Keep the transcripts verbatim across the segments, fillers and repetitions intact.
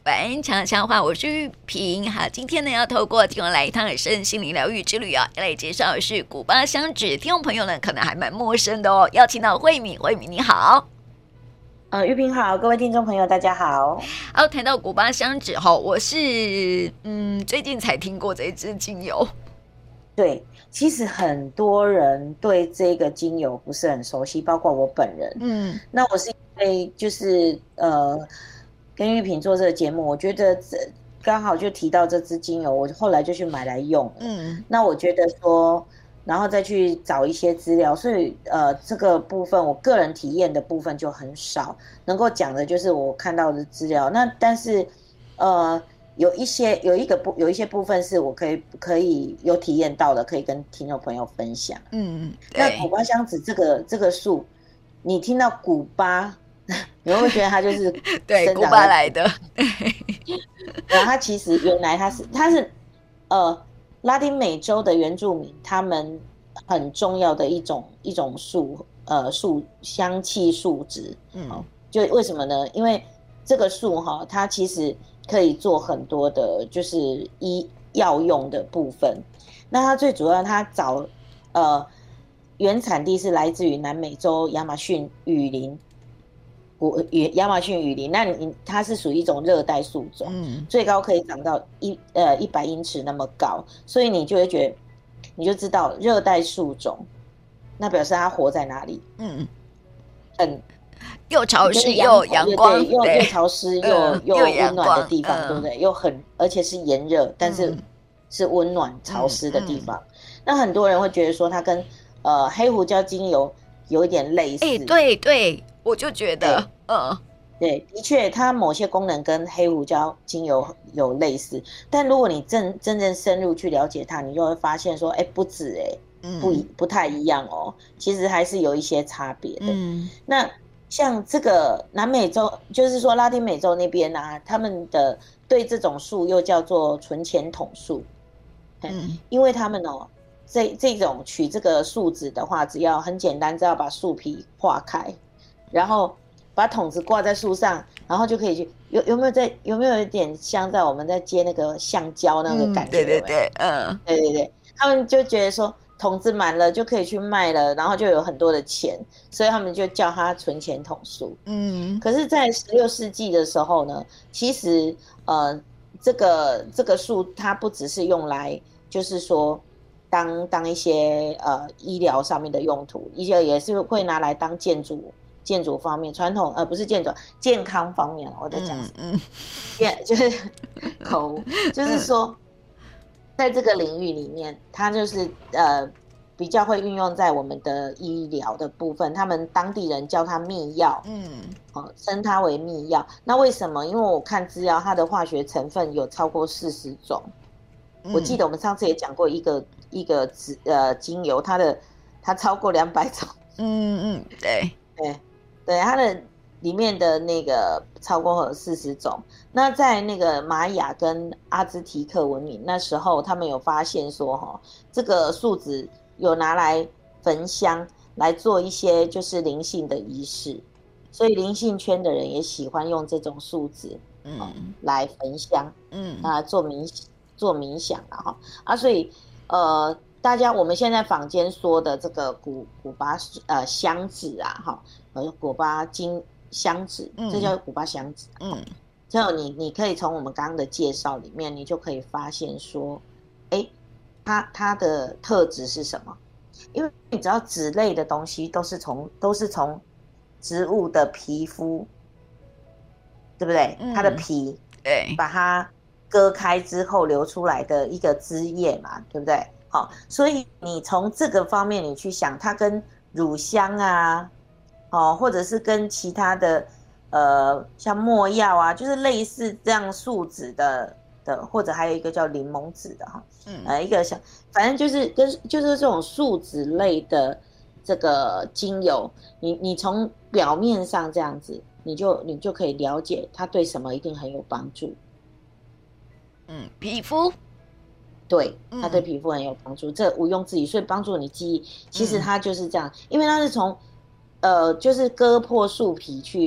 凡常相话，我是玉萍。好，今天呢要透过听我来一趟身心灵疗愈之旅啊，要来介绍的是古巴香脂，听众朋友呢可能还蛮陌生的哦。邀请到慧敏，慧敏你好。 呃，玉萍好，各位听众朋友大家好。 好，谈到古巴香脂哈，我是嗯最近才听过这一支精油。 对，其实很多人对这个精油不是很熟悉，包括我本人。嗯，那我是因为就是呃跟玉萍做这个节目，我觉得这刚好就提到这支精油，我后来就去买来用。嗯，那我觉得说。然后再去找一些资料，所以呃，这个部分我个人体验的部分就很少，能够讲的就是我看到的资料。那但是呃，有一些有一个部有一些部分是我可以可以有体验到的，可以跟听众朋友分享。嗯，那古巴香脂这个这个树，你听到古巴，你会不会觉得它就是对古巴来的？ 然后它其实原来它是它是呃。拉丁美洲的原住民，他们很重要的一种一种树，呃，树香气树脂，嗯，就为什么呢？因为这个树哈，它其实可以做很多的，就是医药用的部分。那它最主要，它早呃原产地是来自于南美洲亚马逊雨林。亚马逊雨林，那你它是属于一种热带树种，嗯，最高可以长到一呃一百英尺那么高，所以你就会觉得，你就知道热带树种，那表示它活在哪里？嗯，很又潮湿又阳光， 又又潮湿又、嗯、又温暖的地方，嗯、对不对？又很而且是炎热，但是是温暖潮湿的地方。嗯嗯、那很多人会觉得说，它跟呃黑胡椒精油有一点类似， 哎、欸，对对。我就觉得，嗯， 对，的确，它某些功能跟黑胡椒精油有类似，但如果你真真正深入去了解它，你就会发现说，哎，不止，哎，不不太一样哦，其实还是有一些差别的。嗯，那像这个南美洲，就是说拉丁美洲那边啊，他们的对这种树又叫做纯钱筒树，嗯，因为他们哦，这这种取这个树脂的话，只要很简单，只要把树皮化开。然后把筒子挂在树上，然后就可以去有有没有在有没有一点像在我们在接那个橡胶那个感觉？ 嗯、对对对，嗯， 对对对，他们就觉得说筒子满了就可以去卖了，然后就有很多的钱，所以他们就叫它存钱筒树。嗯，可是，在十六世纪的时候呢，其实呃，这个这个树它不只是用来，就是说。当当一些呃医疗上面的用途，一些也是会拿来当建筑建筑方面传统呃不是建筑健康方面我在讲嗯嗯就是口就是说在这个领域里面，它就是呃比较会运用在我们的医疗的部分，他们当地人叫它秘药，嗯，哦，称它为秘药。那为什么？因为我看资料，它的化学成分有超过四十种。我记得我们上次也讲过一个一个呃精油，它的它超过两百种。 嗯嗯，对对对，它的里面的那个超过四十种。那在那个玛雅跟阿兹提克文明那时候，他们有发现说，哈，这个树脂有拿来焚香，来做一些就是灵性的仪式，所以灵性圈的人也喜欢用这种树脂，嗯，来焚香，嗯啊做冥做冥想啊哈啊，所以呃。大家我们现在坊间说的这个古古巴呃香脂啊，哈，呃古巴金香脂，这叫古巴香脂。嗯，就你你可以从我们刚刚的介绍里面，你就可以发现说，哎，它它的特质是什么？因为你知道脂类的东西都是从都是从植物的皮肤，对不对？嗯、它的皮， 对， 把它割开之后流出来的一个汁液嘛，对不对？好，所以你从这个方面你去想，它跟乳香啊，哦，或者是跟其他的呃像没药啊，就是类似这样树脂的的，或者还有一个叫柠檬籽的哈，嗯，呃，一个像反正就是跟就是这种树脂类的这个精油，你你从表面上这样子，你就你就可以了解它对什么一定很有帮助。 嗯，皮肤。 对，它对皮肤很有帮助，嗯、这毋庸置疑，所以帮助你记忆。其实它就是这样，嗯、因为它是从，呃，就是割破树皮去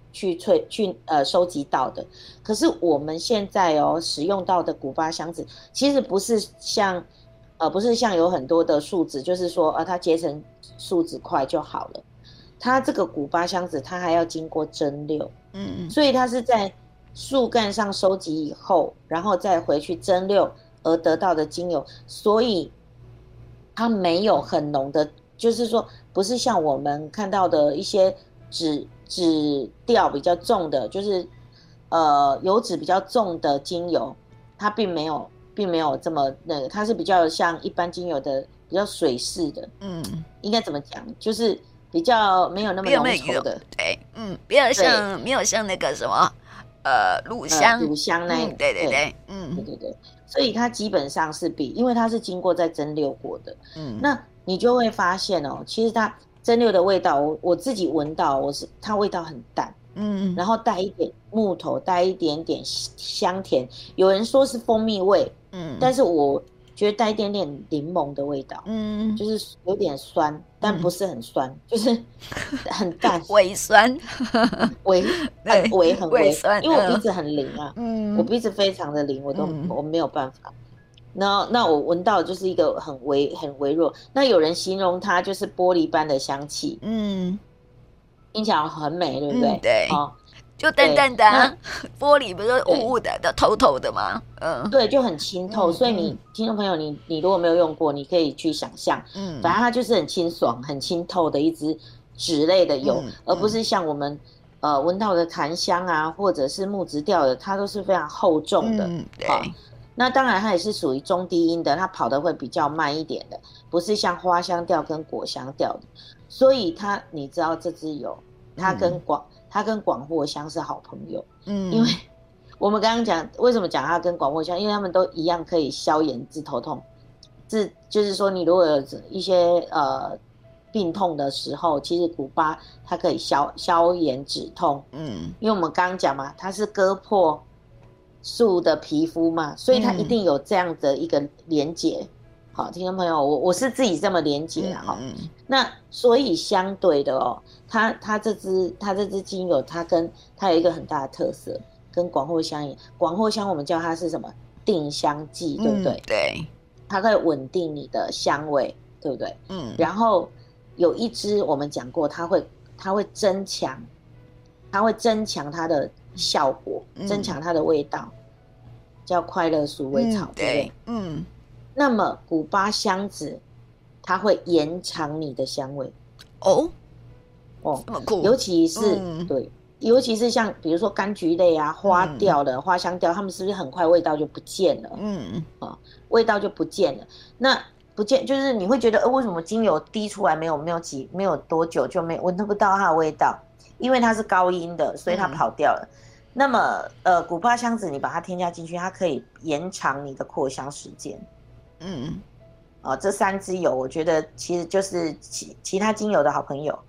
去萃去呃收集到的。可是我们现在哦使用到的古巴香子，其实不是像呃不是像有很多的树脂，就是说呃它结成树脂块就好了。它这个古巴香子，它还要经过蒸馏，嗯，所以它是在树干上收集以后，然后再回去蒸馏而得到的精油，所以它没有很浓的，就是说不是像我们看到的一些脂脂调比较重的，就是呃油脂比较重的精油，它并没有并没有这么那个，它是比较像一般精油的比较水式的，嗯，应该怎么讲，就是比较没有那么浓稠的， 对，嗯，比较像没有像那个什么呃乳香， 呃、乳香那、 嗯，对对对，嗯， 对对对，所以它基本上是比，因为它是经过再蒸馏过的，嗯，那你就会发现哦，其实它蒸馏的味道，我我自己闻到，我是它味道很淡，嗯，然后带一点木头，带一点点香甜，有人说是蜂蜜味，嗯，但是我觉得带一点点柠檬的味道，嗯，就是有点酸，但不是很酸，嗯、就是很淡， 微酸， 微很微很微，因为我鼻子很灵啊，嗯，我鼻子非常的灵，我都、嗯、我没有办法。那那我闻到就是一个很微很微弱，那有人形容它就是玻璃般的香气，嗯，听起来很美，对不对？ 嗯、对，哦。就淡淡的、啊，玻璃不是雾雾的、的透透的吗？ 嗯，对，就很清透。嗯、所以你听众朋友，你你如果没有用过，你可以去想象，嗯，反正它就是很清爽、很清透的一支脂类的油，嗯、而不是像我们呃闻到的檀香啊，或者是木质调的，它都是非常厚重的。嗯，对。哦、那当然它也是属于中低音的，它跑得会比较慢一点的，不是像花香调跟果香调的。所以它，你知道这支油，它跟广。嗯它跟广藿香是好朋友，嗯，因为我们刚刚讲为什么讲它跟广藿香，因为他们都一样可以消炎治头痛，治就是说你如果有一些呃病痛的时候，其实古巴它可以消消炎止痛，嗯，因为我们刚刚讲嘛，它是割破树的皮肤嘛，所以它一定有这样的一个连结。嗯好，听众朋友，我我是自己这么连结哈、嗯嗯。那所以相对的哦，它它这支它这支精油，它跟它有一个很大的特色，跟广藿香一样。广藿香我们叫它是什么定香剂，对不对？ 嗯、对， 它可以稳定你的香味，对不对？嗯。然后有一支我们讲过，它会它会增强，它会增强它的效果，嗯、增强它的味道，叫快乐鼠尾草，嗯、对不对？嗯。那么古巴香子，它会延长你的香味哦哦，这么酷，尤其是、嗯、对，尤其是像比如说柑橘类啊、花调的、嗯、花香调，它们是不是很快味道就不见了？嗯啊、哦，味道就不见了。那不见就是你会觉得，呃，为什么精油滴出来没有没有几没有多久就没闻不到它的味道？因为它是高音的，所以它跑掉了。嗯、那么呃，古巴香子你把它添加进去，它可以延长你的扩香时间。嗯，哦，这三支油，我觉得其实就是其其他精油的好朋友。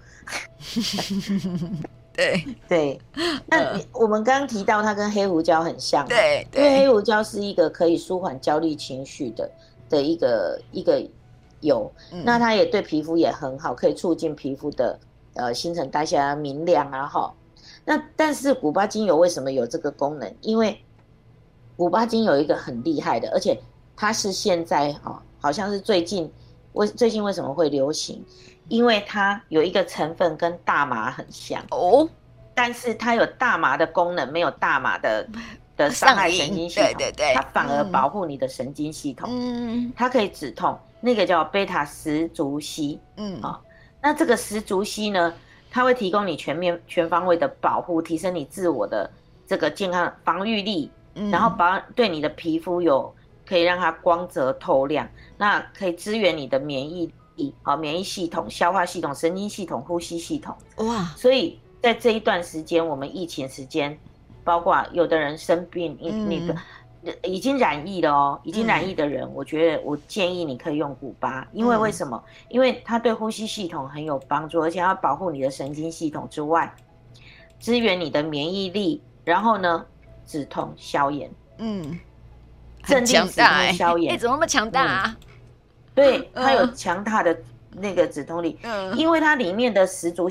对对，那你、呃、我们刚刚提到它跟黑胡椒很像， 对， 因为黑胡椒是一个可以舒缓焦虑情绪的的一个一个油，嗯、那它也对皮肤也很好，可以促进皮肤的呃新陈代谢啊、明亮啊哈。那但是古巴精油为什么有这个功能？因为古巴精油有一个很厉害的，而且它是现在哦，好像是最近为最近为什么会流行？因为它有一个成分跟大麻很像哦，但是它有大麻的功能，没有大麻的的伤害神经系统， 对对对， 它反而保护你的神经系统，嗯，它可以止痛，那个叫贝塔石竹烯，嗯啊、哦，那这个石竹烯呢，它会提供你全面全方位的保护，提升你自我的这个健康防御力，嗯、然后保对你的皮肤有。可以让它光泽透亮，那可以支援你的免疫力、好免疫系统、消化系统、神经系统、呼吸系统。哇！所以在这一段时间，我们疫情时间，包括有的人生病，你、嗯、你已经染疫了哦，已经染疫的人，嗯、我觉得我建议你可以用古巴，因为为什么？嗯、因为它对呼吸系统很有帮助，而且它保护你的神经系统之外，支援你的免疫力，然后呢，止痛消炎。嗯。 很强大哎、 欸欸，怎么那么强大啊？ 嗯、对，它有强大的那个止痛力，嗯，因为它里面的石竹烯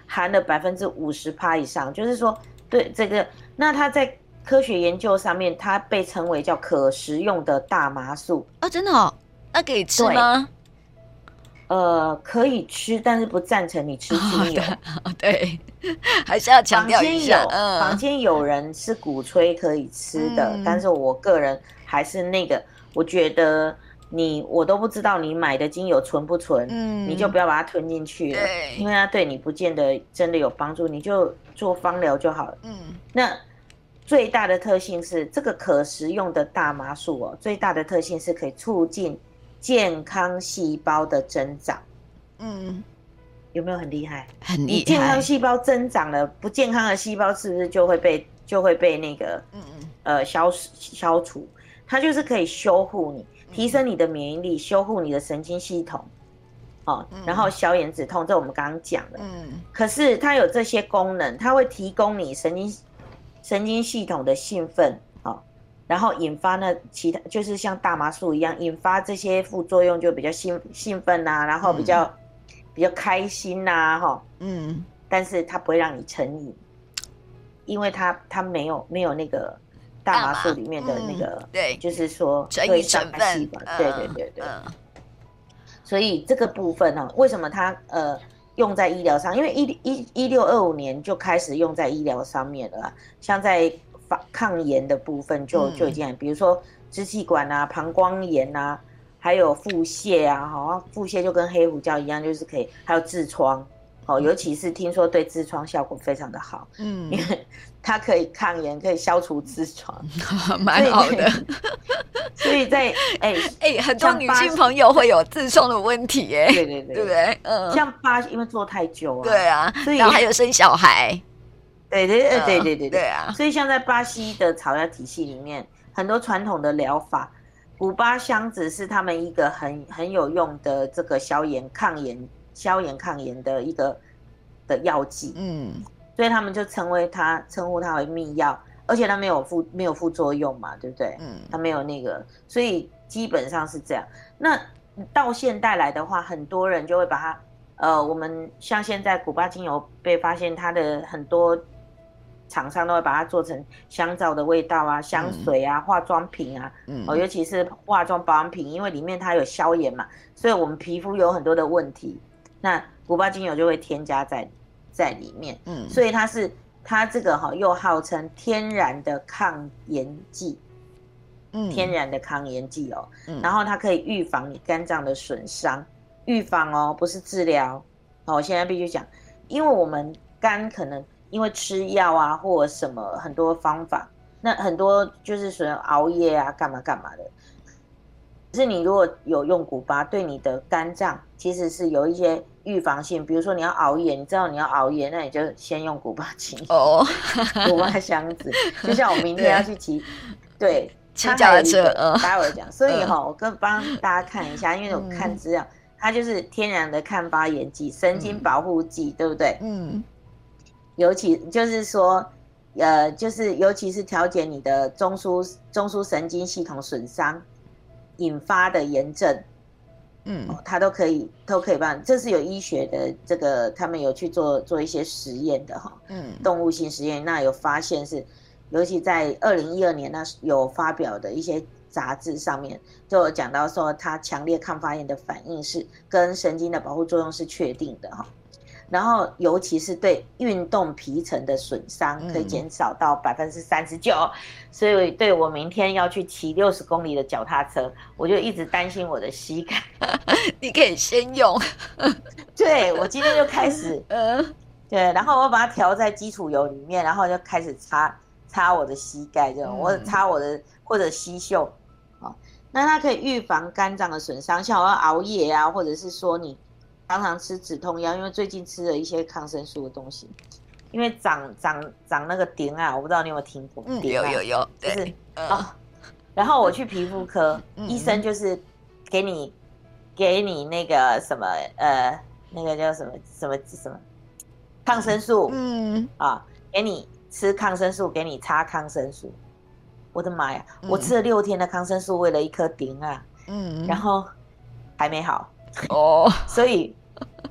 含了百分之五十趴以上，就是说对这个，那它在科学研究上面，它被称为叫可食用的大麻素。 哦，真的哦，那可以吃吗？ 呃，可以吃，但是不赞成你吃精油。 哦、对，还是要强调一下。 嗯，坊间有人是鼓吹可以吃的，嗯、但是我个人还是那个，我觉得你我都不知道你买的精油纯不纯，嗯，你就不要把它吞进去了，因为它对你不见得真的有帮助，你就做芳疗就好了。嗯，那最大的特性是这个可食用的大麻素哦，最大的特性是可以促进健康细胞的增长。嗯，有没有很厉害？ 很厉害。 你健康细胞增长了，不健康的细胞是不是就会被就会被那个嗯嗯呃消消除？它就是可以修护你，提升你的免疫力，修护你的神经系统，哦，然后消炎止痛，这我们刚刚讲了。嗯。可是它有这些功能，它会提供你神经神经系统的兴奋，哦，然后引发呢其他就是像大麻素一样，引发这些副作用就比较兴兴奋呐、啊，然后比较、嗯、比较开心呐、啊，哈、哦，嗯，但是它不会让你成瘾，因为它它没有没有那个大麻素里面的那个，嗯、对，就是说会伤害细胞， 对对对对，嗯、所以这个部分呢、哦，为什么它呃用在医疗上？因为一一一六二五年就开始用在医疗上面了，像在抗炎的部分就就已经、嗯，比如说支气管啊、膀胱炎啊，还有腹泻啊，哈，腹泻就跟黑胡椒一样，就是可以，还有痔疮，哦，尤其是听说对痔疮效果非常的好，嗯，因为它可以抗炎，可以消除痔疮， 蛮好的。 所以在哎哎、欸，很多女性朋友会有痔疮的问题、欸，哎， 对对对， 对不对？嗯， 像巴西因为做太久啊， 对啊，所以然后还有生小孩。 对对对对对对对啊！ 所以像在巴西的草药体系里面，很多传统的疗法，古巴香子是他们一个很很有用的这个消炎抗炎、消炎抗炎的一个的药剂。嗯，所以他们就称为它称呼它为秘药，而且它没有副没有副作用嘛，对不对？嗯，它没有那个，所以基本上是这样。那到现代来的话，很多人就会把它，呃，我们像现在古巴精油被发现它的很多。厂商都会把它做成香皂的味道啊、香水啊、嗯、化妆品啊，嗯、哦，尤其是化妆保养品，因为里面它有消炎嘛，所以我们皮肤有很多的问题，那古巴精油就会添加在在里面，嗯，所以它是它这个哈、哦、又号称天然的抗炎剂，嗯，天然的抗炎剂哦，嗯，然后它可以预防你肝脏的损伤，预防哦，不是治疗，哦，我现在必须讲，因为我们肝可能。因为吃药啊，或者什么很多方法，那很多就是说熬夜啊，干嘛干嘛的。可是你如果有用古巴，对你的肝脏其实是有一些预防性。比如说你要熬夜，你知道你要熬夜，那你就先用古巴精油哦，古巴香子。就像我明天要去骑，对， 骑脚踏车， 待会讲。所以哈、哦，我跟帮大家看一下，因为我看资料，嗯、它就是天然的抗发炎剂、神经保护剂，嗯、对不对？嗯。尤其就是说，呃，就是尤其是调节你的中枢中枢神经系统损伤引发的炎症，嗯、哦，它都可以都可以帮，这是有医学的这个，他们有去做做一些实验的哈，嗯，动物性实验，那有发现是，尤其在二零一二年那有发表的一些杂志上面，就有讲到说，它强烈抗发炎的反应是跟神经的保护作用是确定的哈。然后，尤其是对运动皮层的损伤，可以减少到百分之三十九。所以，对我明天要去骑六十公里的脚踏车，我就一直担心我的膝盖。 你可以先用。 对，我今天就开始，嗯，对，然后我把它调在基础油里面，然后就开始擦擦我的膝盖，这种，我擦我的或者膝袖，哦，那它可以预防肝脏的损伤，像我要熬夜啊，或者是说你。常常吃止痛药，因为最近吃了一些抗生素的东西，因为长长长那个点啊，我不知道你有没有听过？ 嗯，有有有， 就是啊、哦。然后我去皮肤科，嗯、医生就是给你给你那个什么呃，那个叫什么什么什么抗生素，嗯啊，给你吃抗生素，给你擦抗生素。我的妈呀！嗯、我吃了六天的抗生素，为了一颗点啊，嗯，然后还没好。哦，所以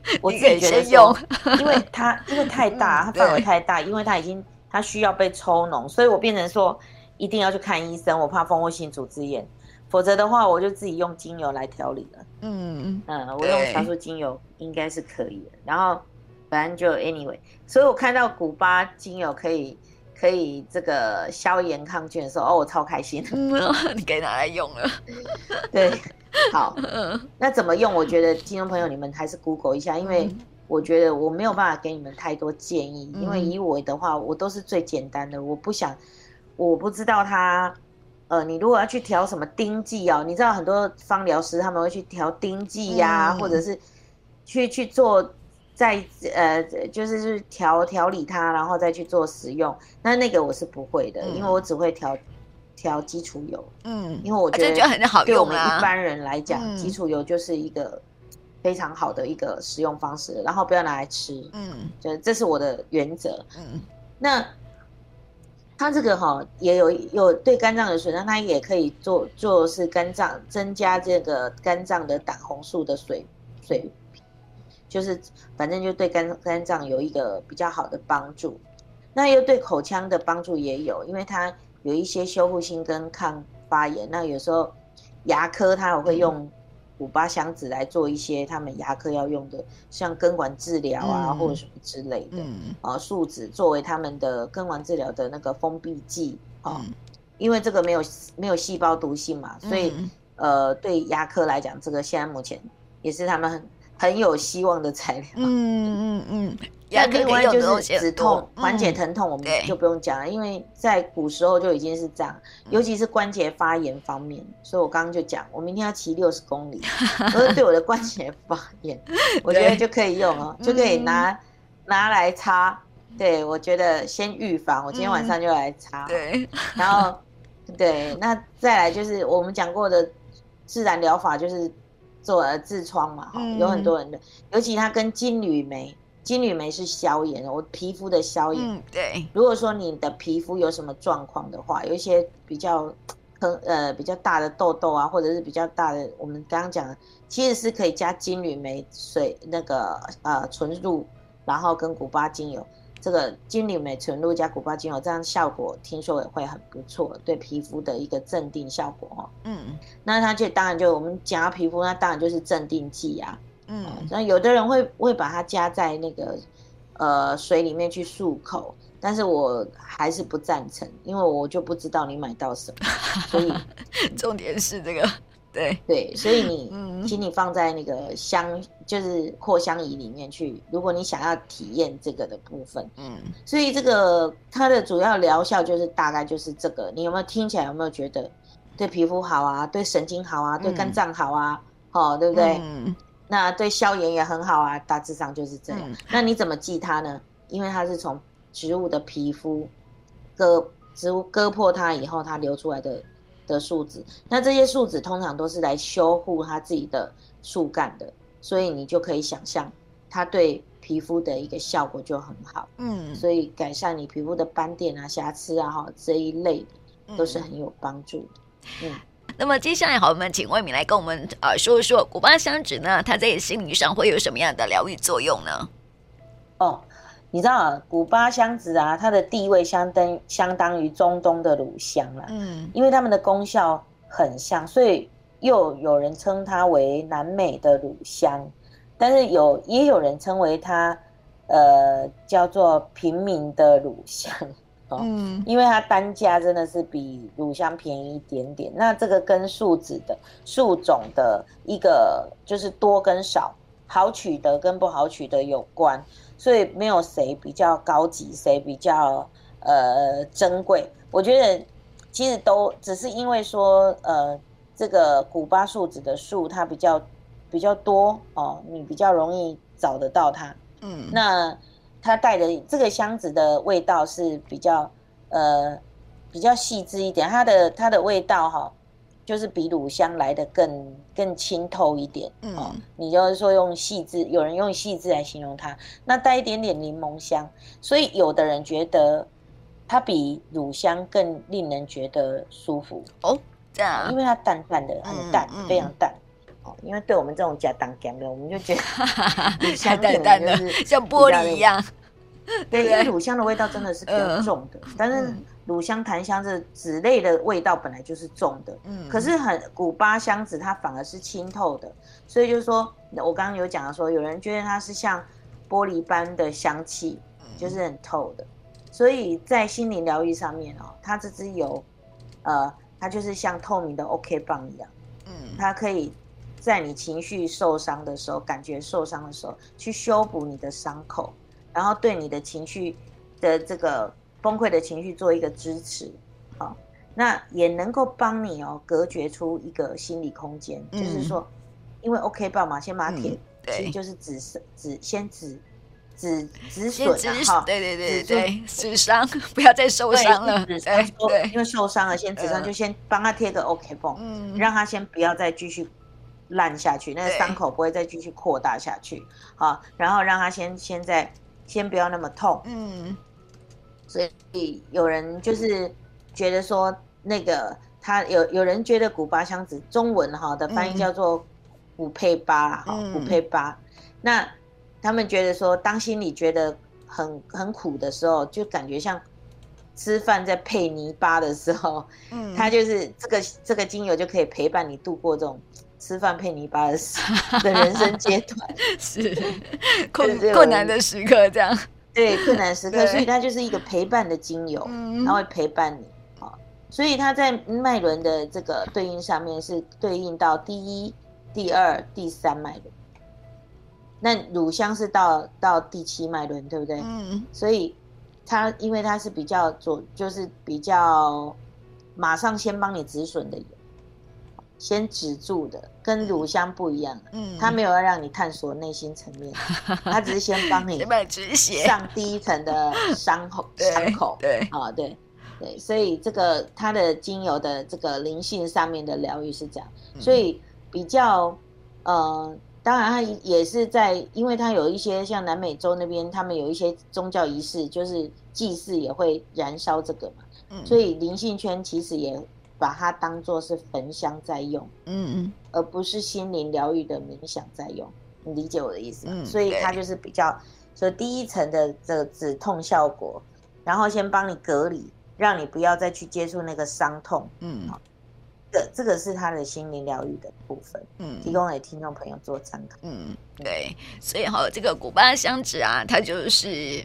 我自己觉得说，因为它因为太大，它嗯范围太大，因为它已经它需要被抽脓，所以我变成说一定要去看医生，我怕蜂窝性组织炎，否则的话我就自己用精油来调理了。 嗯嗯，我用茶树精油应该是可以的。然后反正就 anyway， 所以我看到古巴精油可以可以这个消炎抗菌的时候，哦，我超开心。 嗯，你可以拿来用了。 对，好，那怎么用？我觉得听众朋友你们还是 Google 一下，因为我觉得我没有办法给你们太多建议，因为以我的话，我都是最简单的，我不想，我不知道它。呃，你如果要去调什么丁剂哦，你知道很多芳疗师他们会去调丁剂呀、啊，嗯、或者是去去做在呃，就是去调调理它，然后再去做使用。那那个我是不会的，嗯、因为我只会调调基础油。嗯，因为我觉得对我们一般人来讲，嗯、基础油就是一个非常好的一个使用方式，然后不要拿来吃。嗯，就这是我的原则。嗯，那。它这个哈、哦、也有有对肝脏有损伤，它也可以做做是肝脏增加这个肝脏的胆红素的水水平，就是反正就对肝肝脏有一个比较好的帮助。那又对口腔的帮助也有，因为它有一些修复性跟抗发炎。那有时候牙科它会用古巴香子来做一些他们牙科要用的，像根管治疗啊、嗯、或者什么之类的。嗯，啊，树脂作为他们的根管治疗的那个封闭剂啊，嗯、因为这个没有没有细胞毒性嘛，所以、嗯、呃，对牙科来讲，这个现在目前也是他们很很有希望的材料。嗯嗯嗯。那另外就是止痛、缓解疼痛，我们就不用讲了，因为在古时候就已经是这样，尤其是关节发炎方面。所以我刚刚就讲，我明天要骑六十公里，而对我的关节发炎，我觉得就可以用哦，就可以拿拿来擦。对，我觉得先预防，我今天晚上就来擦。对，然后对，那再来就是我们讲过的自然疗法，就是做痔疮嘛，有很多人的，尤其它跟金缕梅。金缕梅是消炎的，我皮肤的消炎。嗯，对。如果说你的皮肤有什么状况的话，有一些比较呃比较大的痘痘啊，或者是比较大的，我们刚刚讲的，其实是可以加金缕梅水那个呃纯露，然后跟古巴精油，这个金缕梅纯露加古巴精油，这样效果听说也会很不错，对皮肤的一个镇定效果哦。嗯，那它就当然就我们讲到皮肤，那当然就是镇定剂啊。嗯，那有的人会会把它加在那个呃水里面去漱口，但是我还是不赞成，因为我就不知道你买到什么，所以重点是这个，对对，所以你、嗯、请你放在那个香，就是扩香仪里面去，如果你想要体验这个的部分，嗯，所以这个它的主要疗效就是大概就是这个，你有没有听起来有没有觉得对皮肤好啊，对神经好啊，对肝脏好啊，嗯、哦，对不对？嗯。那对消炎也很好啊，大致上就是这样。嗯、那你怎么记它呢？因为它是从植物的皮肤割植物割破它以后，它流出来的的树脂。那这些树脂通常都是来修护它自己的树干的，所以你就可以想象它对皮肤的一个效果就很好。嗯，所以改善你皮肤的斑点啊、瑕疵啊哈这一类的都是很有帮助的。嗯。嗯那么接下来，好，我们请魏敏来跟我们呃说一说古巴香脂呢，它在心理上会有什么样的疗愈作用呢？ 哦，你知道啊，古巴香脂啊，它的地位相当相当于中东的乳香啦，嗯，因为它们的功效很像，所以又有人称它为南美的乳香，但是有也有人称为它呃叫做平民的乳香。嗯，因为它单价真的是比乳香便宜一点点，那这个跟树脂的树种的一个就是多跟少，好取得跟不好取得有关，所以没有谁比较高级，谁比较呃珍贵。我觉得其实都只是因为说呃这个古巴树脂的树它比较比较多哦，你比较容易找得到它。嗯，那。它带的这个香脂的味道是比较呃比较细致一点，它的它的味道哈、哦，就是比乳香来的更更清透一点。嗯、哦，你就是说用细致，有人用细致来形容它，那带一点点柠檬香，所以有的人觉得它比乳香更令人觉得舒服。 哦，这样， 因为它淡淡的，很淡，嗯嗯、非常淡。 因为对我们这种假当干的，我们就觉得乳香太淡了，像玻璃一样。 对，因为乳香的味道真的是比较重的，嗯、但是乳香、檀香这脂类的味道本来就是重的，嗯，可是很古巴香脂它反而是清透的，所以就是说我刚刚有讲到说，有人觉得它是像玻璃般的香气，就是很透的，所以在心灵疗愈上面哦，它这支油，呃，它就是像透明的 OK 棒一样，嗯，它可以在你情绪受伤的时候，感觉受伤的时候，去修补你的伤口。然后对你的情绪的这个崩溃的情绪做一个支持，好、哦，那也能够帮你哦隔绝出一个心理空间，嗯、就是说，因为 OK 棒嘛，先把它铁，其实就是止止先止止止损哈， 对对对对，止伤，不要再受伤了， 止伤，对，因为受伤了先止伤，就先帮他贴个 OK 棒，嗯，让他先不要再继续烂下去，那个伤口不会再继续扩大下去，好，然后让他先先在。先不要那么痛，嗯，所以有人就是觉得说，那个他有有人觉得古巴香脂中文哈的翻译叫做古佩巴哈，古佩巴，那他们觉得说，当心里觉得很很苦的时候，就感觉像吃饭在配泥巴的时候，嗯，它就是这个这个精油就可以陪伴你度过这种。吃饭配泥巴的的人生阶段是困困难的时刻，这样对困难时刻，所以它就是一个陪伴的精油，它会陪伴你啊。所以它在脉轮的这个对应上面是对应到第一、第二、第三脉轮。那乳香是到到第七脉轮，对不对？嗯。所以它因为它是比较左，就是比较马上先帮你止损的油。先止住的，跟乳香不一样，嗯，它没有要让你探索内心层面，它只是先帮你止血上第一层的伤口，伤口， 对， 啊、哦，对，对，所以这个它的精油的这个灵性上面的疗愈是这样，所以比较，呃，当然它也是在，因为它有一些像南美洲那边，他们有一些宗教仪式，就是祭祀也会燃烧这个嘛，嗯，所以灵性圈其实也。把它当作是焚香在用，嗯嗯，而不是心灵疗愈的冥想在用，你理解我的意思吗？嗯、所以它就是比较，所以第一层的这个止痛效果，然后先帮你隔离，让你不要再去接触那个伤痛，嗯，好，这这个是它的心灵疗愈的部分，嗯，提供给听众朋友做参考， 嗯，对，所以哈，这个古巴香脂啊，它就是。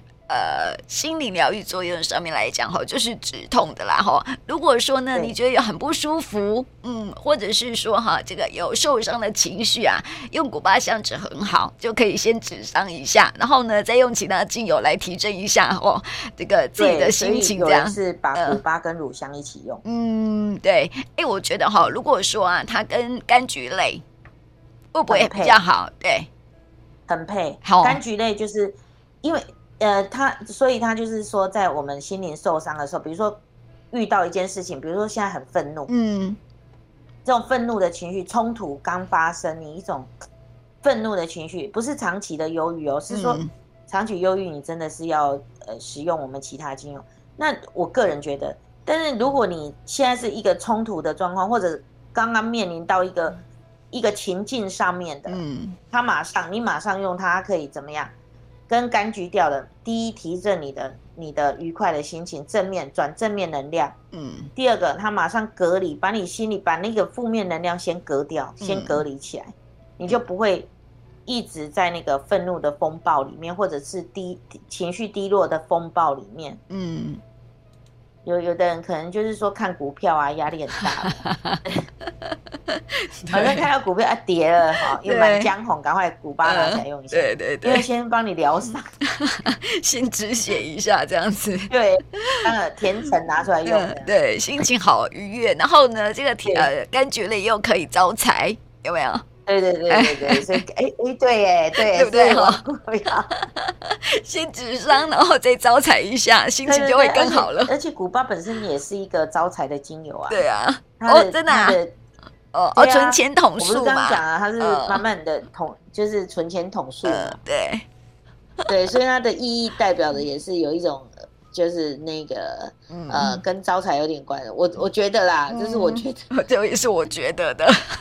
呃，心理疗愈作用上面来讲哈，就是止痛的啦哈。如果说呢，你觉得有很不舒服，嗯，或者是说哈，这个有受伤的情绪啊，用古巴香脂很好，就可以先止伤一下，然后呢，再用其他精油来提振一下哦，这个自己的心情这样。 是把古巴跟乳香一起用。 嗯，对。哎，我觉得哈，如果说啊，它跟柑橘类会不会比较好？对， 很配。好，柑橘类就是因为。呃，他所以他就是说，在我们心灵受伤的时候，比如说遇到一件事情，比如说现在很愤怒，嗯，这种愤怒的情绪冲突刚发生，你一种愤怒的情绪，不是长期的忧郁哦，是说长期忧郁，你真的是要呃使用我们其他精油。那我个人觉得，但是如果你现在是一个冲突的状况，或者刚刚面临到一个一个情境上面的，嗯，他马上你马上用它可以怎么样？跟柑橘调的，第一提振你的你的愉快的心情，正面转正面能量。嗯。第二个，它马上隔离，把你心里把那个负面能量先隔掉，先隔离起来，嗯、你就不会一直在那个愤怒的风暴里面，或者是低情绪低落的风暴里面。嗯。有有的人可能就是说看股票啊，压力很大。好像看到股票啊跌了哈，又满江红，赶快古巴拿起来用一下。 对对对， 因为先帮你疗伤， 先止血一下这样子。 对，那个甜橙拿出来用、 嗯。对，心情好愉悦，然后呢，这个呃柑橘类又可以招财，有没有？ 对对对对对，所以哎哎对耶对对不对哈？ 不要先止伤，然后再招财一下，心情就会更好了。 而且古巴本身也是一个招财的精油啊。 对啊，哦真的啊。哦哦，存钱筒数嘛， 我不是刚刚讲啊，它是慢慢的统，就是存钱筒数嘛。 对对，所以它的意义代表的也是有一种，就是那个呃，跟招财有点关的。我我觉得啦，这是我觉得， 这也是我觉得的。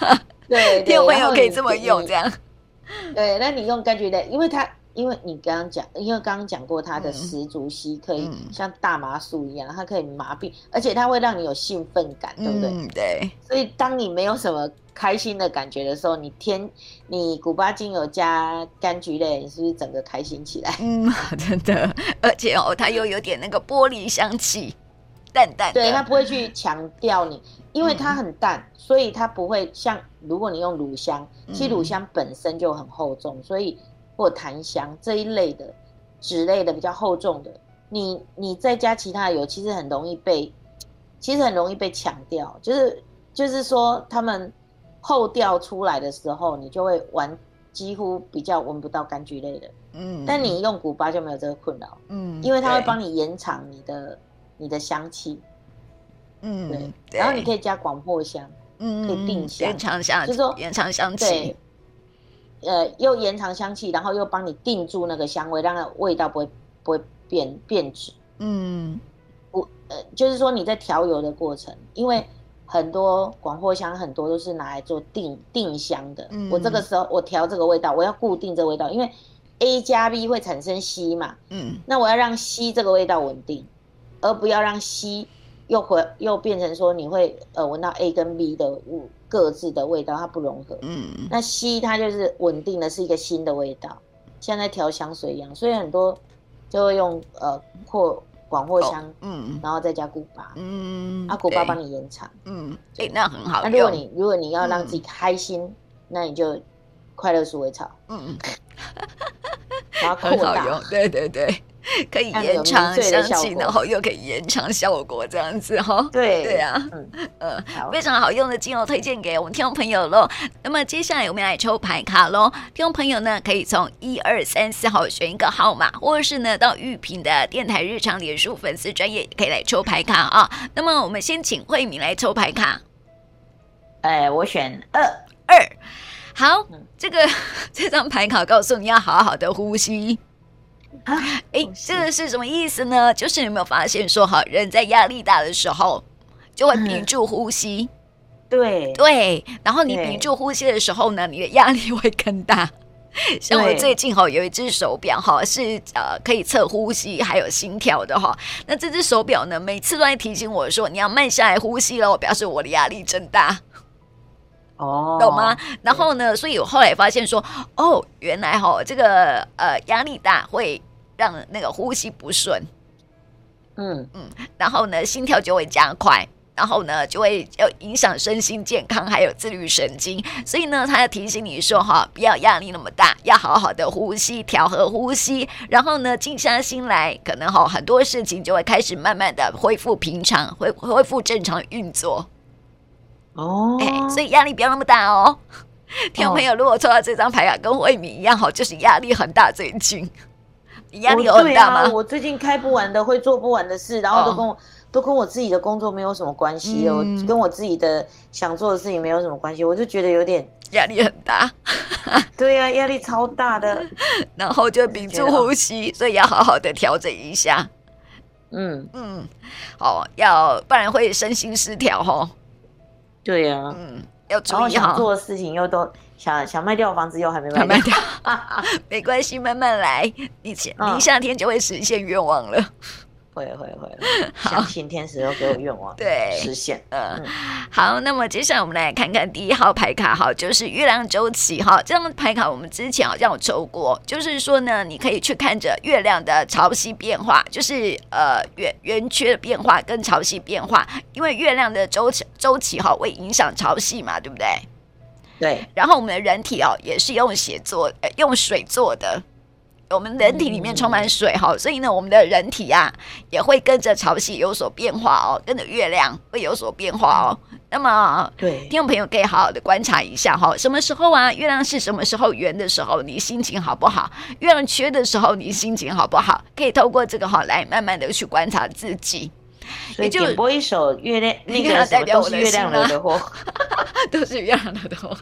对， 听众朋友可以这么用，这样。 对，那你用柑橘类，因为它，因为你刚刚讲，因为刚刚讲过，它的石竹烯可以像大麻素一样，它可以麻痹，而且它会让你有兴奋感，对不对？ 嗯，对。 所以当你没有什么开心的感觉的时候，你添你古巴精油加柑橘类，你是不是整个开心起来？ 嗯，真的，而且哦，它又有点那个玻璃香气，淡淡的。 对，它不会去强调你，因为它很淡，嗯、所以它不会像如果你用乳香，其实乳香本身就很厚重，所以或檀香这一类的脂类的比较厚重的，你你再加其他的油，其实很容易被，其实很容易被强调，就是就是说他们后调出来的时候，你就会闻几乎比较闻不到柑橘类的，嗯，但你用古巴就没有这个困扰，嗯，因为它会帮你延长你的你的香气，嗯，对，对，然后你可以加广藿香。嗯，可以定香， 延长香，就是说延长香气， 对，呃，又延长香气，然后又帮你定住那个香味，让它味道不会不会变变质。嗯，不，呃，就是说你在调油的过程，因为很多广藿香很多都是拿来做定定香的。嗯，我这个时候我调这个味道，我要固定这个味道，因为 A 加 B 会产生 C 嘛。嗯，那我要让 C 这个味道稳定，而不要让 C。又回又变成说你会呃闻到 A 跟 B 的各自的味道，它不融合。嗯，那 C 它就是稳定的是一个新的味道，像在调香水一样，所以很多就会用呃扩广藿香，哦，嗯，然后再加古巴，嗯，啊古巴帮你延长， 嗯，哎，欸，那很好用。 那如果你如果你要让自己开心，嗯，那你就快乐鼠尾草，嗯，然后扩大， 很好用，对对对。可以延长香气，然后又可以延长效果，这样子哈。 对对啊，嗯呃，非常好用的精油推荐给我们听众朋友喽。那么接下来我们来抽牌卡喽。听众朋友呢，可以从一二三四号选一个号码，或者是呢到玉屏的电台日常脸书粉丝专页也可以来抽牌卡啊。那么我们先请慧敏来抽牌卡。 哎，我选二二。好，嗯，这个这张牌卡告诉你要好好的呼吸。哎，欸，这个是什么意思呢？就是你有没有发现说，哈，人在压力大的时候就会屏住呼吸， 嗯，对对，然后你屏住呼吸的时候呢，你的压力会更大。像我最近哈有一只手表哈是呃可以测呼吸还有心跳的哈，那这只手表呢每次都在提醒我说你要慢下来呼吸了，表示我的压力真大。哦，懂吗？然后呢，所以我后来发现说，哦，原来哈这个呃压力大会让那个呼吸不顺，嗯嗯，然后呢心跳就会加快，然后呢就会要影响身心健康，还有自律神经。所以呢，他要提醒你说哈，不要压力那么大，要好好的呼吸，调和呼吸，然后呢静下心来，可能哈很多事情就会开始慢慢的恢复平常，恢恢复正常运作。哦，哎，所以压力不要那么大哦。听众朋友，如果抽到这张牌卡跟慧敏一样哈，就是压力很大，最近你压力有很大吗？ 啊，我最近开不完的，会做不完的事，然后都跟我、哦、都跟我自己的工作没有什么关系哦，嗯、跟我自己的想做的事情没有什么关系，我就觉得有点压力很大。 对啊，压力超大的， 然后就屏住呼吸，所以要好好的调整一下。嗯嗯，好，要不然会身心失调哦。 对啊，嗯， 要注意哈。 然后想做的事情又都想想卖掉房子，又还没卖掉， 卖掉没关系，慢慢来，你你夏天就会实现愿望了。 会会会，相信天使都给我愿望，对，实现。嗯， 嗯好，那么接下来我们来看看第一号牌卡哈，就是月亮周期哈。这张牌卡我们之前好像有抽过，就是说呢，你可以去看着月亮的潮汐变化，就是呃圆圆缺的变化跟潮汐变化，因为月亮的周期周期哈会影响潮汐嘛，对不对？ 对。 然后我们的人体哦也是用血做，呃、用水做的。我们人体里面充满水哈，所以呢，我们的人体啊也会跟着潮汐有所变化哦，跟着月亮会有所变化哦。那么，对听众朋友可以好好的观察一下哈，什么时候啊，月亮是什么时候圆的时候，你心情好不好？月亮缺的时候，你心情好不好？可以透过这个哈来慢慢的去观察自己。 所以点播一首月亮，那个代表我的月亮惹的祸， 都是月亮惹的祸。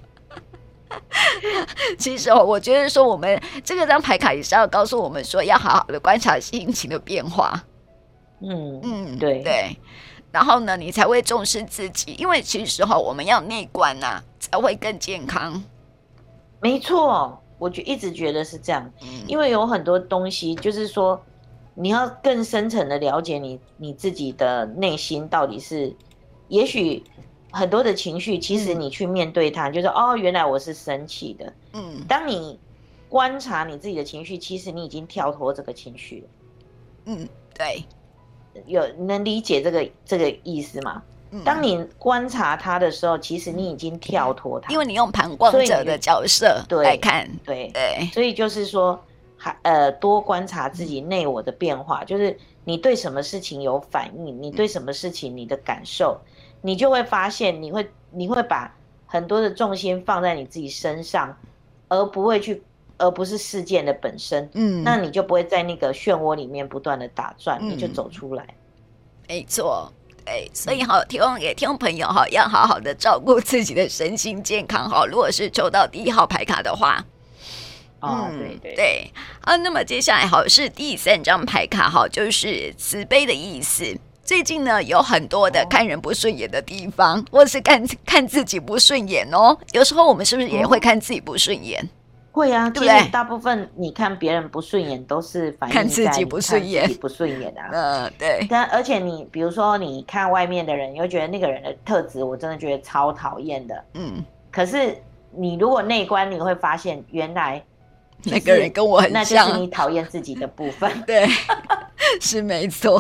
其实、哦、我觉得说我们这个张牌卡也是要告诉我们说要好好的观察心情的变化。 嗯嗯，对对。 然后呢，你才会重视自己，因为其实哈，我们要内观呐、啊，才会更健康。 没错，我就一直觉得是这样， 嗯、 因为有很多东西，就是说你要更深层的了解你你自己的内心到底是，也许很多的情绪，其实你去面对它，嗯、就是哦，原来我是生气的。嗯，当你观察你自己的情绪，其实你已经跳脱这个情绪了。 嗯，对， 有能理解这个这个意思吗？当你观察它的时候，其实你已经跳脱它， 因为你用旁观者的角色来看， 对对， 所以就是说，还呃多观察自己内我的变化，就是你对什么事情有反应，你对什么事情你的感受，你就会发现，你会你会把很多的重心放在你自己身上，而不会去，而不是事件的本身，嗯，那你就不会在那个漩涡里面不断的打转，嗯、你就走出来。 没错。对，所以好，提供给听众朋友哈，要好好的照顾自己的身心健康哈。如果是抽到第一号牌卡的话， 哦，嗯、对对对，好，那么接下来好是第三张牌卡哈，就是慈悲的意思。最近呢，有很多的看人不顺眼的地方，哦、或是看看自己不顺眼哦。有时候我们是不是也会看自己不顺眼？哦会啊，对不对？大部分你看别人不顺眼，都是反映在看自己不顺眼， 自己不顺眼啊。 嗯、呃，对。 但而且你比如说，你看外面的人，你会觉得那个人的特质，我真的觉得超讨厌的。嗯。可是你如果内观，你会发现原来、就是、 那个人跟我很像， 那就是你讨厌自己的部分。 对，是没错。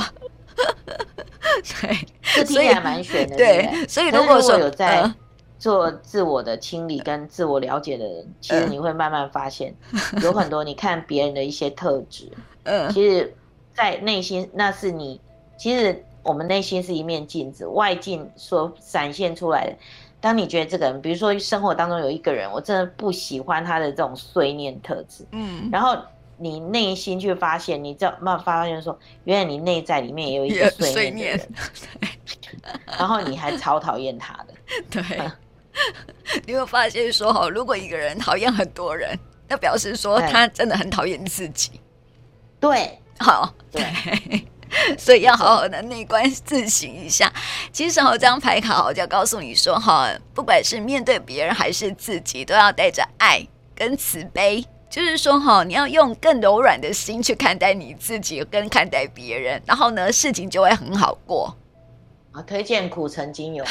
对， 这听起来蛮玄的。 对， 对， 所以如果说有在。呃做自我的清理跟自我了解的人，其实你会慢慢发现，嗯、有很多你看别人的一些特质，嗯，其实，在内心那是你，其实我们内心是一面镜子，外境所展现出来的。当你觉得这个人，比如说生活当中有一个人，我真的不喜欢他的这种碎念特质，嗯，然后你内心去发现，你这慢慢发现说，原来你内在里面也有一个碎念的人，然后你还超讨厌他的， 对。你会发现说哈，如果一个人讨厌很多人，那表示说他真的很讨厌自己。 对， 好，对，所以要好好的内观自省一下。其实哈，这张牌卡我就要告诉你说哈，不管是面对别人还是自己，都要带着爱跟慈悲。就是说哈，你要用更柔软的心去看待你自己，跟看待别人，然后呢，事情就会很好过。 啊，推荐苦橙精油。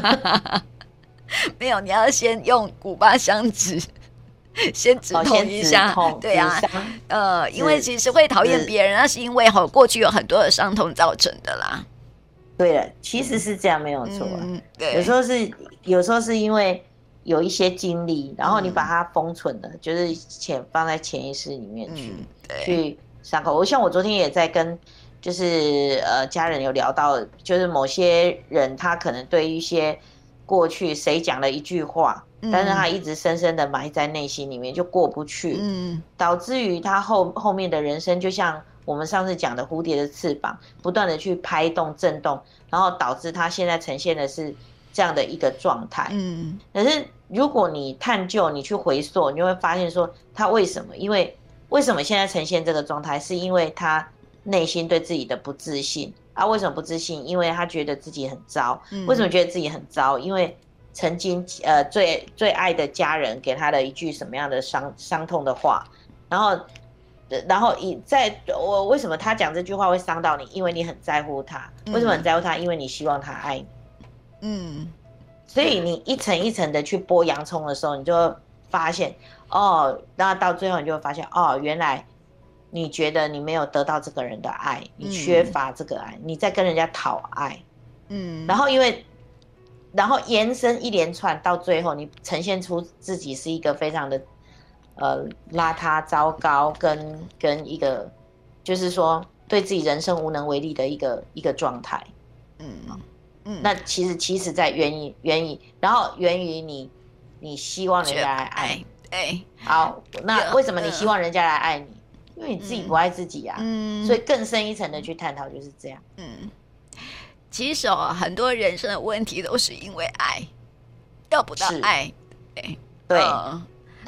没有，你要先用古巴香脂先止痛一下， 哦、 对啊，呃，因为其实会讨厌别人，那是因为哈过去有很多的伤痛造成的啦。 对了，其实是这样，没有错、啊嗯。对，有时候是有时候是因为有一些经历，然后你把它封存了，嗯、就是潜放在潜意识里面去、嗯、去伤口。我像我昨天也在跟就是呃家人有聊到，就是某些人他可能对一些。过去谁讲了一句话，嗯、但是他一直深深的埋在内心里面，就过不去，嗯、导致于他后后面的人生，就像我们上次讲的蝴蝶的翅膀，不断的去拍动、震动，然后导致他现在呈现的是这样的一个状态。嗯，可是如果你探究、你去回溯，你就会发现说，他为什么？因为为什么现在呈现这个状态，是因为他内心对自己的不自信。啊，为什么不自信？因为他觉得自己很糟。嗯、为什么觉得自己很糟？因为曾经呃最最爱的家人给他的一句什么样的伤伤痛的话，然后然后以在我为什么他讲这句话会伤到你？因为你很在乎他。为什么很在乎他？因为你希望他爱你。嗯，所以你一层一层的去剥洋葱的时候，你就会发现哦，那到最后你就会发现哦，原来。你觉得你没有得到这个人的爱，你缺乏这个爱，嗯、你在跟人家讨爱，嗯，然后因为，然后延伸一连串，到最后你呈现出自己是一个非常的，呃，邋遢、糟糕，跟跟一个，就是说对自己人生无能为力的一个一个状态，嗯嗯，那其实其实在源于源于，然后源于你你希望人家来爱你，哎，好，那为什么你希望人家来爱你？因为你自己不爱自己啊，嗯、所以更深一层的去探讨就是这样。嗯， 其实哦，很多人生的问题都是因为爱，要不到爱， 对对、呃、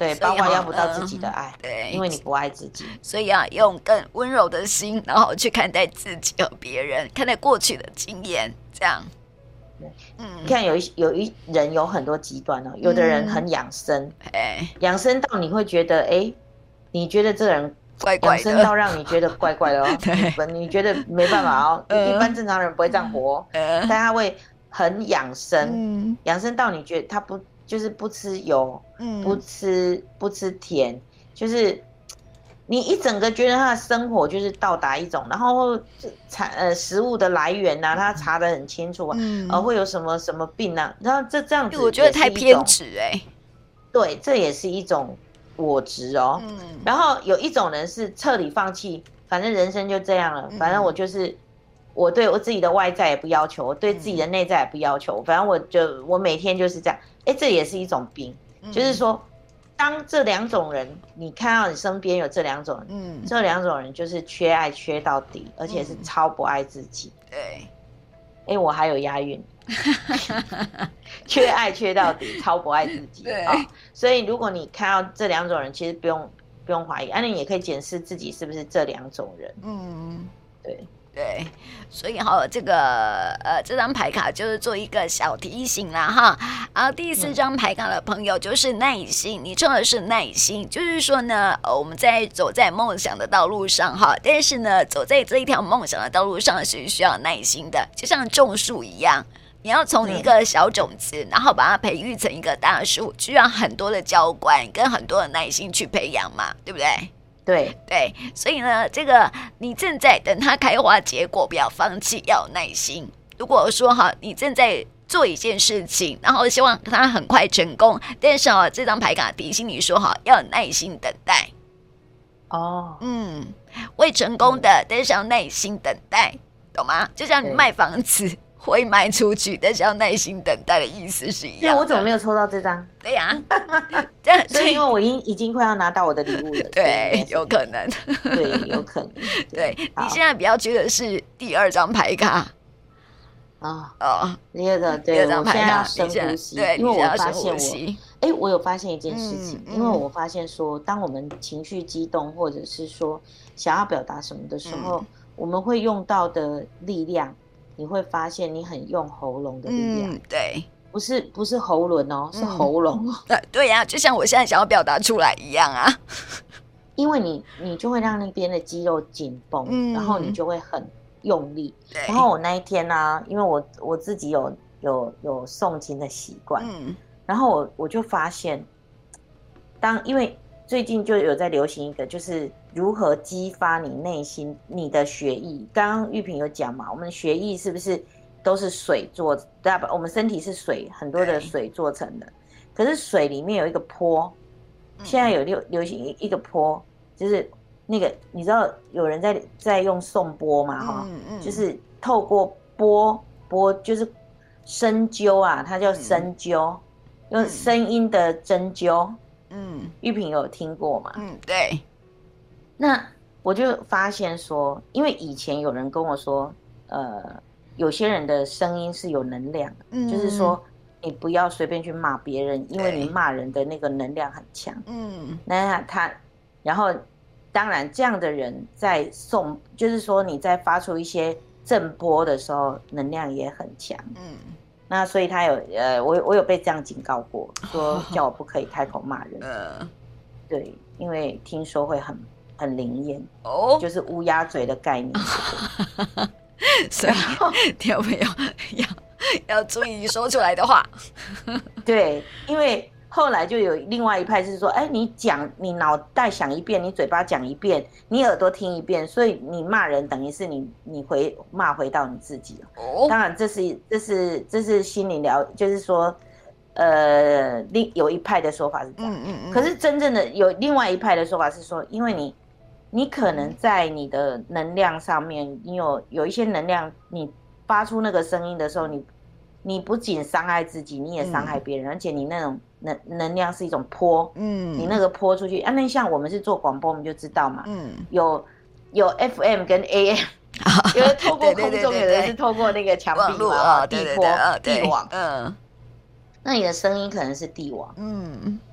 对，包括要不到自己的爱，嗯、对，因为你不爱自己， 所以要用更温柔的心，然后去看待自己和别人，看待过去的经验，这样。 嗯，你看有一有一人有很多极端哦，有的人很养生，哎、嗯，养生到你会觉得，哎，你觉得这个人怪怪的， 养生到让你觉得怪怪的哦，你, 你觉得没办法哦，呃、一般正常人不会这样活，呃、但他会很养生，嗯、养生到你觉得他不就是不吃油，嗯、不吃不吃甜，就是你一整个觉得他的生活就是到达一种，然后产呃食物的来源呐、啊，他查得很清楚啊，嗯、呃会有什么什么病啊，然后这这样子， 我觉得太偏执哎、欸， 对，这也是一种我执哦。嗯，然后有一种人是彻底放弃，反正人生就这样了，反正我就是我对我自己的外在也不要求，我对自己的内在也不要求，反正我就我每天就是这样，哎，这也是一种病，嗯、就是说。当这两种人，你看到你身边有这两种人，嗯，这两种人就是缺爱缺到底，而且是超不爱自己。对，哎，我还有押韵，缺爱缺到底，超不爱自己。对、哦，所以如果你看到这两种人，其实不用不用怀疑，啊，你也可以检视自己是不是这两种人。嗯，对。 对，所以哈，这个呃，这张牌卡就是做一个小提醒啦哈。然后第四张牌卡的朋友就是耐心，你抽的是耐心，就是说呢，呃，我们在走在梦想的道路上哈，但是呢，走在这一条梦想的道路上是需要耐心的，就像种树一样，你要从一个小种子，然后把它培育成一个大树，需要很多的浇灌跟很多的耐心去培养嘛，对不对？ 对对，所以呢，这个你正在等它开花结果，不要放弃，要有耐心。如果说哈，你正在做一件事情，然后希望它很快成功，但是哦，这张牌卡提醒你说哈，要有耐心等待。哦，嗯，会成功的，嗯、但是要耐心等待，懂吗？就像你卖房子。会卖出去，但是要耐心等待的意思是一样的。 我怎么没有抽到这张？ 对呀、 啊，所以因为我已经已经快要拿到我的礼物了。 对，有可能。 对，有可能。 对，对你现在比较缺的是第二张牌卡。 啊哦，第二个对，第二张牌卡，我现在要深呼吸， 对， 因为我发现我，哎，我有发现一件事情，嗯、因为我发现说，当我们情绪激动，或者是说想要表达什么的时候，嗯、我们会用到的力量。你会发现你很用喉咙的力量， 嗯、对， 不是不是喉轮哦，是喉咙。 对、嗯、对呀、啊，就像我现在想要表达出来一样啊。 因为你你就会让那边的肌肉紧绷，嗯、然后你就会很用力。然后我那一天呢、啊，因为我我自己有有有诵经的习惯，嗯、然后我我就发现，当因为最近就有在流行一个就是。如何激发你内心你的血液？刚刚玉萍有讲嘛，我们血液是不是都是水做？我们身体是水，很多的水做成的。可是水里面有一个波，现在有流流行一个波，就是那个你知道有人在在用颂钵嘛？哈、嗯嗯，就是透过波波，就是针灸啊，它叫针灸，嗯、用声音的针灸。嗯，玉萍有听过吗？ 嗯，对。 那我就发现说，因为以前有人跟我说，呃，有些人的声音是有能量的，嗯、就是说你不要随便去骂别人，因为你骂人的那个能量很强。嗯，那他，然后当然这样的人在送，就是说你在发出一些震波的时候，能量也很强。嗯，那所以他有呃，我我有被这样警告过，说叫我不可以开口骂人。嗯，对，因为听说会很。很灵验哦，就是乌鸦嘴的概念， 所以听众朋友要要注意你说出来的话。 对，因为后来就有另外一派是说，哎，你讲，你脑袋想一遍，你嘴巴讲一遍，你耳朵听一遍，所以你骂人等于是你你回骂回到你自己哦。当然，这是这是这是心理疗，就是说。呃，另有一派的说法是这样，嗯嗯嗯，可是真正的有另外一派的说法是说，因为你，你可能在你的能量上面，你有有一些能量，你发出那个声音的时候，你你不仅伤害自己，你也伤害别人，嗯、而且你那种能能量是一种波，嗯，你那个波出去，啊，那像我们是做广播，我们就知道嘛，嗯，有有 F M 跟 A M。有的透过空中，有的是透过那个墙壁嘛，地波、地网，嗯。那你的声音可能是地网，嗯，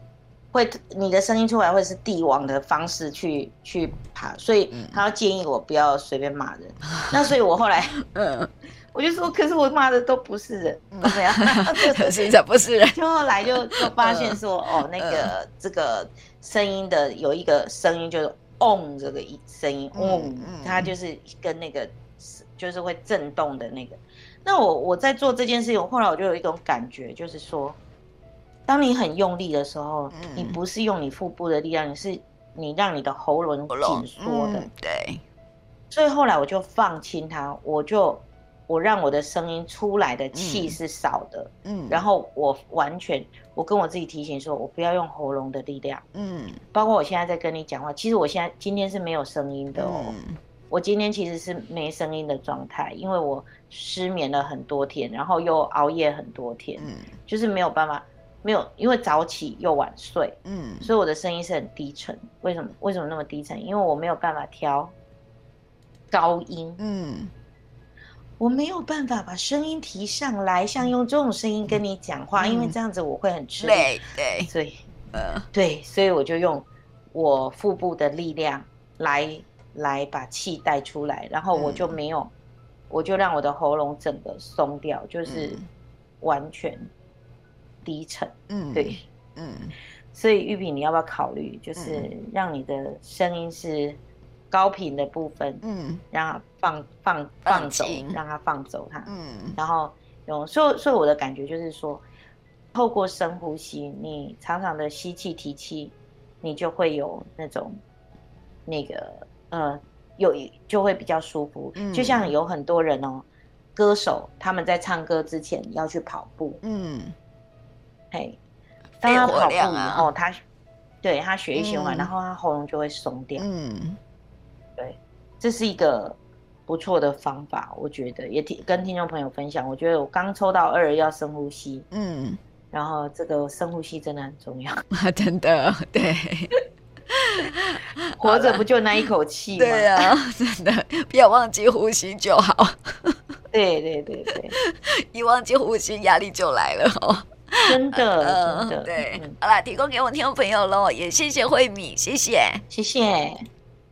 会你的声音出来会是帝王的方式去去爬，所以他要建议我不要随便骂人。嗯、那所以我后来，嗯，我就说，可是我骂的都不是人，怎么样？ 是的，不是人。 就后来就就发现说，嗯、哦，那个、嗯、这个声音的有一个声音就是嗡这个声音，嗡、嗯，它就是跟那个就是会震动的那个。那我我在做这件事情，后来我就有一种感觉，就是说。当你很用力的时候，嗯、你不是用你腹部的力量，你是你让你的喉咙紧缩的、嗯。 对。 所以后来我就放轻它，我就我让我的声音出来的气是少的。嗯。然后我完全，我跟我自己提醒说，我不要用喉咙的力量。嗯。包括我现在在跟你讲话，其实我现在今天是没有声音的哦。嗯、我今天其实是没声音的状态，因为我失眠了很多天，然后又熬夜很多天，嗯、就是没有办法。没有，因为早起又晚睡，嗯，所以我的声音是很低沉。为什么？为什么那么低沉？因为我没有办法调高音，嗯，我没有办法把声音提上来，像用这种声音跟你讲话，嗯、因为这样子我会很吃力， 对对， 所以，呃，对，所以我就用我腹部的力量来来把气带出来，然后我就没有，嗯、我就让我的喉咙整个松掉，就是完全。低沉，嗯，对，嗯，所以玉萍，你要不要考虑，就是让你的声音是高频的部分，嗯，让它放放放走，让它放走它，嗯，然后用，所以所以我的感觉就是说，透过深呼吸，你长长的吸气提气，你就会有那种那个呃，有就会比较舒服，嗯，就像有很多人哦，歌手他们在唱歌之前要去跑步，嗯。嘿，当他跑步以后，他对他血液循环，然后他喉咙就会松掉。嗯，对，这是一个不错的方法，我觉得也听跟听众朋友分享。我觉得我刚抽到二要深呼吸，嗯，然后这个深呼吸真的很重要， 真的对。 活着不就那一口气吗？ 对啊，真的不要忘记呼吸就好。 对对对对， 一忘记呼吸，压力就来了哦。 真的，呃、真的， 对，嗯、好啦，提供给我听众朋友喽，也谢谢慧敏，谢谢， 谢谢。